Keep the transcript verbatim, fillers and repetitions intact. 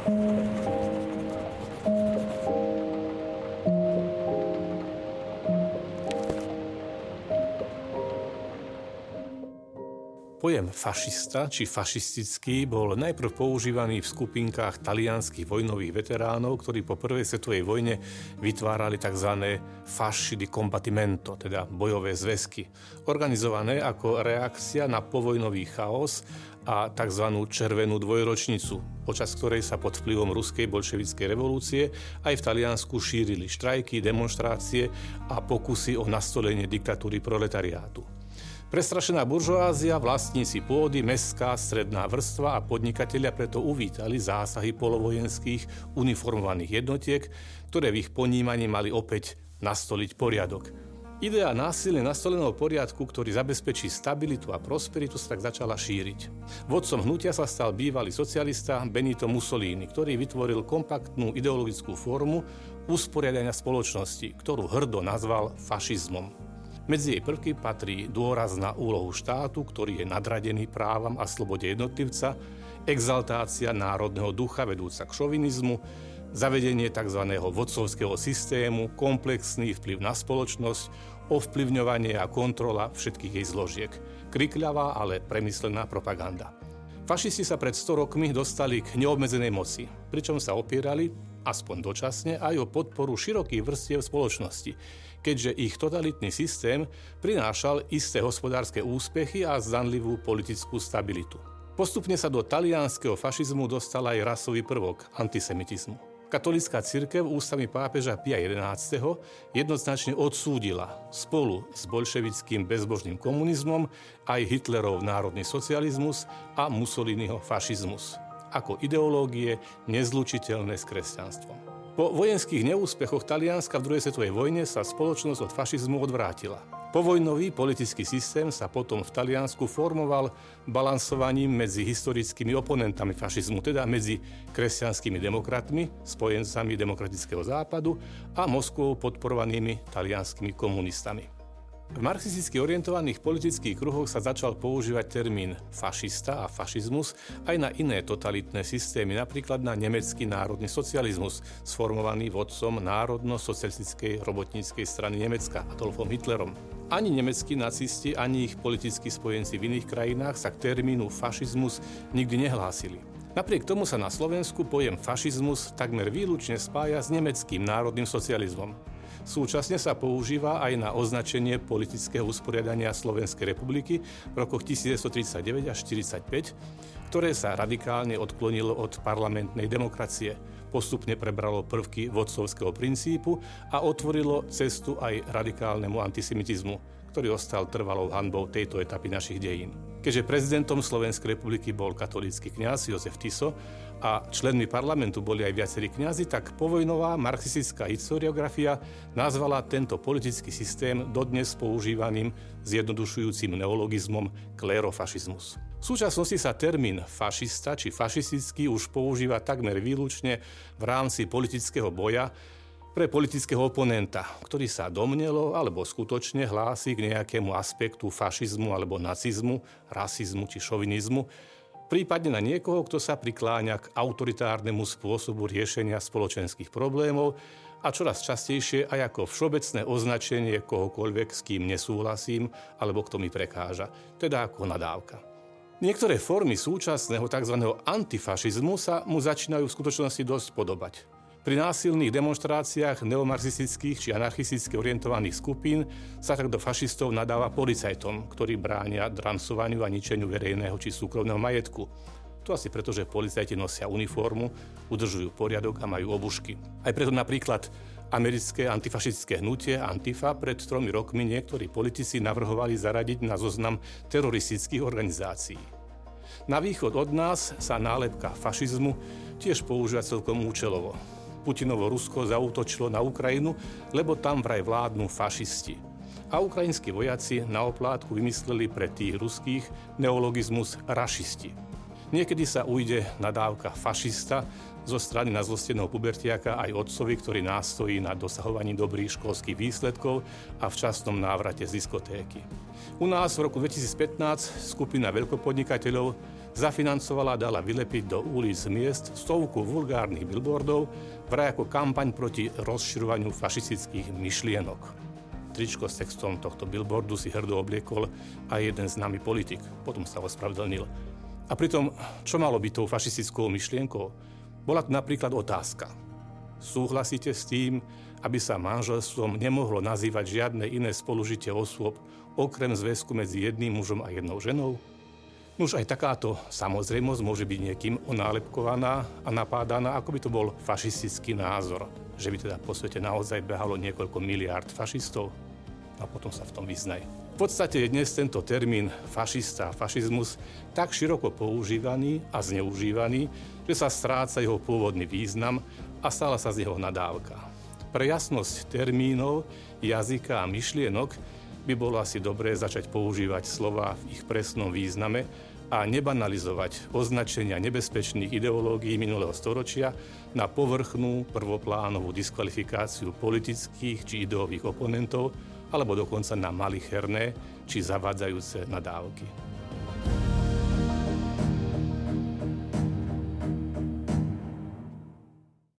Pojem fašista či fašistický bol najprv používaný v skupinkách talianskych vojnových veteránov, ktorí po prvej svetovej vojne vytvárali tzv. Fasci di combattimento, teda bojové zväzky, organizované ako reakcia na povojnový chaos a tzv. Červenú dvojročnicu, počas ktorej sa pod vplyvom ruskej bolševickej revolúcie aj v Taliansku šírili štrajky, demonštrácie a pokusy o nastolenie diktatúry proletariátu. Prestrašená buržoázia, vlastníci pôdy, mestská, stredná vrstva a podnikatelia preto uvítali zásahy polovojenských uniformovaných jednotiek, ktoré v ich ponímaní mali opäť nastoliť poriadok. Idea násilne nastoleného poriadku, ktorý zabezpečí stabilitu a prosperitu, sa tak začala šíriť. Vodcom hnutia sa stal bývalý socialista Benito Mussolini, ktorý vytvoril kompaktnú ideologickú formu usporiadania spoločnosti, ktorú hrdo nazval fašizmom. Medzi jej prvky patrí dôraz na úlohu štátu, ktorý je nadradený právam a slobode jednotlivca, exaltácia národného ducha vedúca k šovinizmu, zavedenie tzv. Vodcovského systému, komplexný vplyv na spoločnosť, ovplyvňovanie a kontrola všetkých jej zložiek. Krikľavá, ale premyslená propaganda. Fašisti sa pred sto rokmi dostali k neobmedzenej moci, pričom sa opierali, aspoň dočasne, aj o podporu širokých vrstiev spoločnosti, keďže ich totalitný systém prinášal isté hospodárske úspechy a zdanlivú politickú stabilitu. Postupne sa do talianskeho fašizmu dostal aj rasový prvok antisemitizmu. Katolícka cirkev ústami pápeža Pia jedenásteho jednoznačne odsúdila spolu s bolševickým bezbožným komunizmom aj Hitlerov národný socializmus a Mussoliniho fašizmus ako ideológie nezlučiteľné s kresťanstvom. Po vojenských neúspechoch Talianska v druhej svetovej vojne sa spoločnosť od fašizmu odvrátila. Povojnový politický systém sa potom v Taliansku formoval balansovaním medzi historickými oponentami fašizmu, teda medzi kresťanskými demokratmi, spojencami demokratického západu a Moskvou podporovanými talianskymi komunistami. V marxisticky orientovaných politických kruhoch sa začal používať termín fašista a fašizmus aj na iné totalitné systémy, napríklad na nemecký národný socializmus, sformovaný vodcom národno-socialistickej robotníckej strany Nemecka Adolfom Hitlerom. Ani nemeckí nacisti, ani ich politickí spojenci v iných krajinách sa k termínu fašizmus nikdy nehlásili. Napriek tomu sa na Slovensku pojem fašizmus takmer výlučne spája s nemeckým národným socializmom. Súčasne sa používa aj na označenie politického usporiadania Slovenskej republiky v rokoch devätnásťtridsaťdeväť až štyridsaťpäť, ktoré sa radikálne odklonilo od parlamentnej demokracie, postupne prebralo prvky vodcovského princípu a otvorilo cestu aj radikálnemu antisemitizmu, ktorý ostal trvalou hanbou tejto etapy našich dejín. Keďže prezidentom Slovenskej republiky bol katolícky kňaz Jozef Tiso a členmi parlamentu boli aj viacerí kňazi, tak povojnová marxistická historiografia nazvala tento politický systém dodnes používaným zjednodušujúcim neologizmom klérofašizmus. V súčasnosti sa termín fašista či fašistický už používa takmer výlučne v rámci politického boja pre politického oponenta, ktorý sa domnelo alebo skutočne hlási k nejakému aspektu fašizmu alebo nacizmu, rasizmu či šovinizmu, prípadne na niekoho, kto sa prikláňa k autoritárnemu spôsobu riešenia spoločenských problémov a čoraz častejšie aj ako všeobecné označenie kohokoľvek, s kým nesúhlasím alebo kto mi prekáža, teda ako nadávka. Niektoré formy súčasného tzv. Antifašizmu sa mu začínajú v skutočnosti dosť podobať. Pri násilných demonštráciách neomarxistických či anarchisticky orientovaných skupín sa tak do fašistov nadáva policajtom, ktorí bránia drancovaniu a ničeniu verejného či súkromného majetku. To asi preto, že policajti nosia uniformu, udržujú poriadok a majú obušky. Aj preto napríklad americké antifašistické hnutie Antifa pred tromi rokmi niektorí politici navrhovali zaradiť na zoznam teroristických organizácií. Na východ od nás sa nálepka fašizmu tiež používa celkom účelovo. Putinovo Rusko zaútočilo na Ukrajinu, lebo tam vraj vládnu fašisti. A ukrajinskí vojaci na oplátku vymysleli pre tých ruských neologizmus rašisti. Niekedy sa ujde nadávka fašista zo strany nazlosteného pubertiaka aj otcovi, ktorý nástojí na dosahovaní dobrých školských výsledkov a včasnom návrate z diskotéky. U nás v roku dvetisícpätnásť skupina veľkopodnikateľov zafinancovala a dala vylepiť do ulic miest stovku vulgárnych billboardov vraj ako kampaň proti rozširovaniu fašistických myšlienok. Tričko s textom tohto billboardu si hrdo obliekol aj jeden známy politik. Potom sa ospravedlnil. A pritom, čo malo byť tou fašistickou myšlienkou? Bola tu napríklad otázka. Súhlasíte s tým, aby sa manželstvom nemohlo nazývať žiadne iné spolužitie osôb, okrem zväzku medzi jedným mužom a jednou ženou? Už aj takáto samozrejmosť môže byť niekým onálepkovaná a napádaná, ako by to bol fašistický názor. Že by teda po svete naozaj behalo niekoľko miliárd fašistov a potom sa v tom vyznaj. V podstate je dnes tento termín fašista a fašizmus tak široko používaný a zneužívaný, že sa stráca jeho pôvodný význam a stala sa z neho nadávka. Pre jasnosť termínov, jazyka a myšlienok by bolo asi dobré začať používať slová v ich presnom význame a nebanalizovať označenia nebezpečných ideológií minulého storočia na povrchnú prvoplánovú diskvalifikáciu politických či ideových oponentov alebo dokonca na malicherné či zavádzajúce nadávky.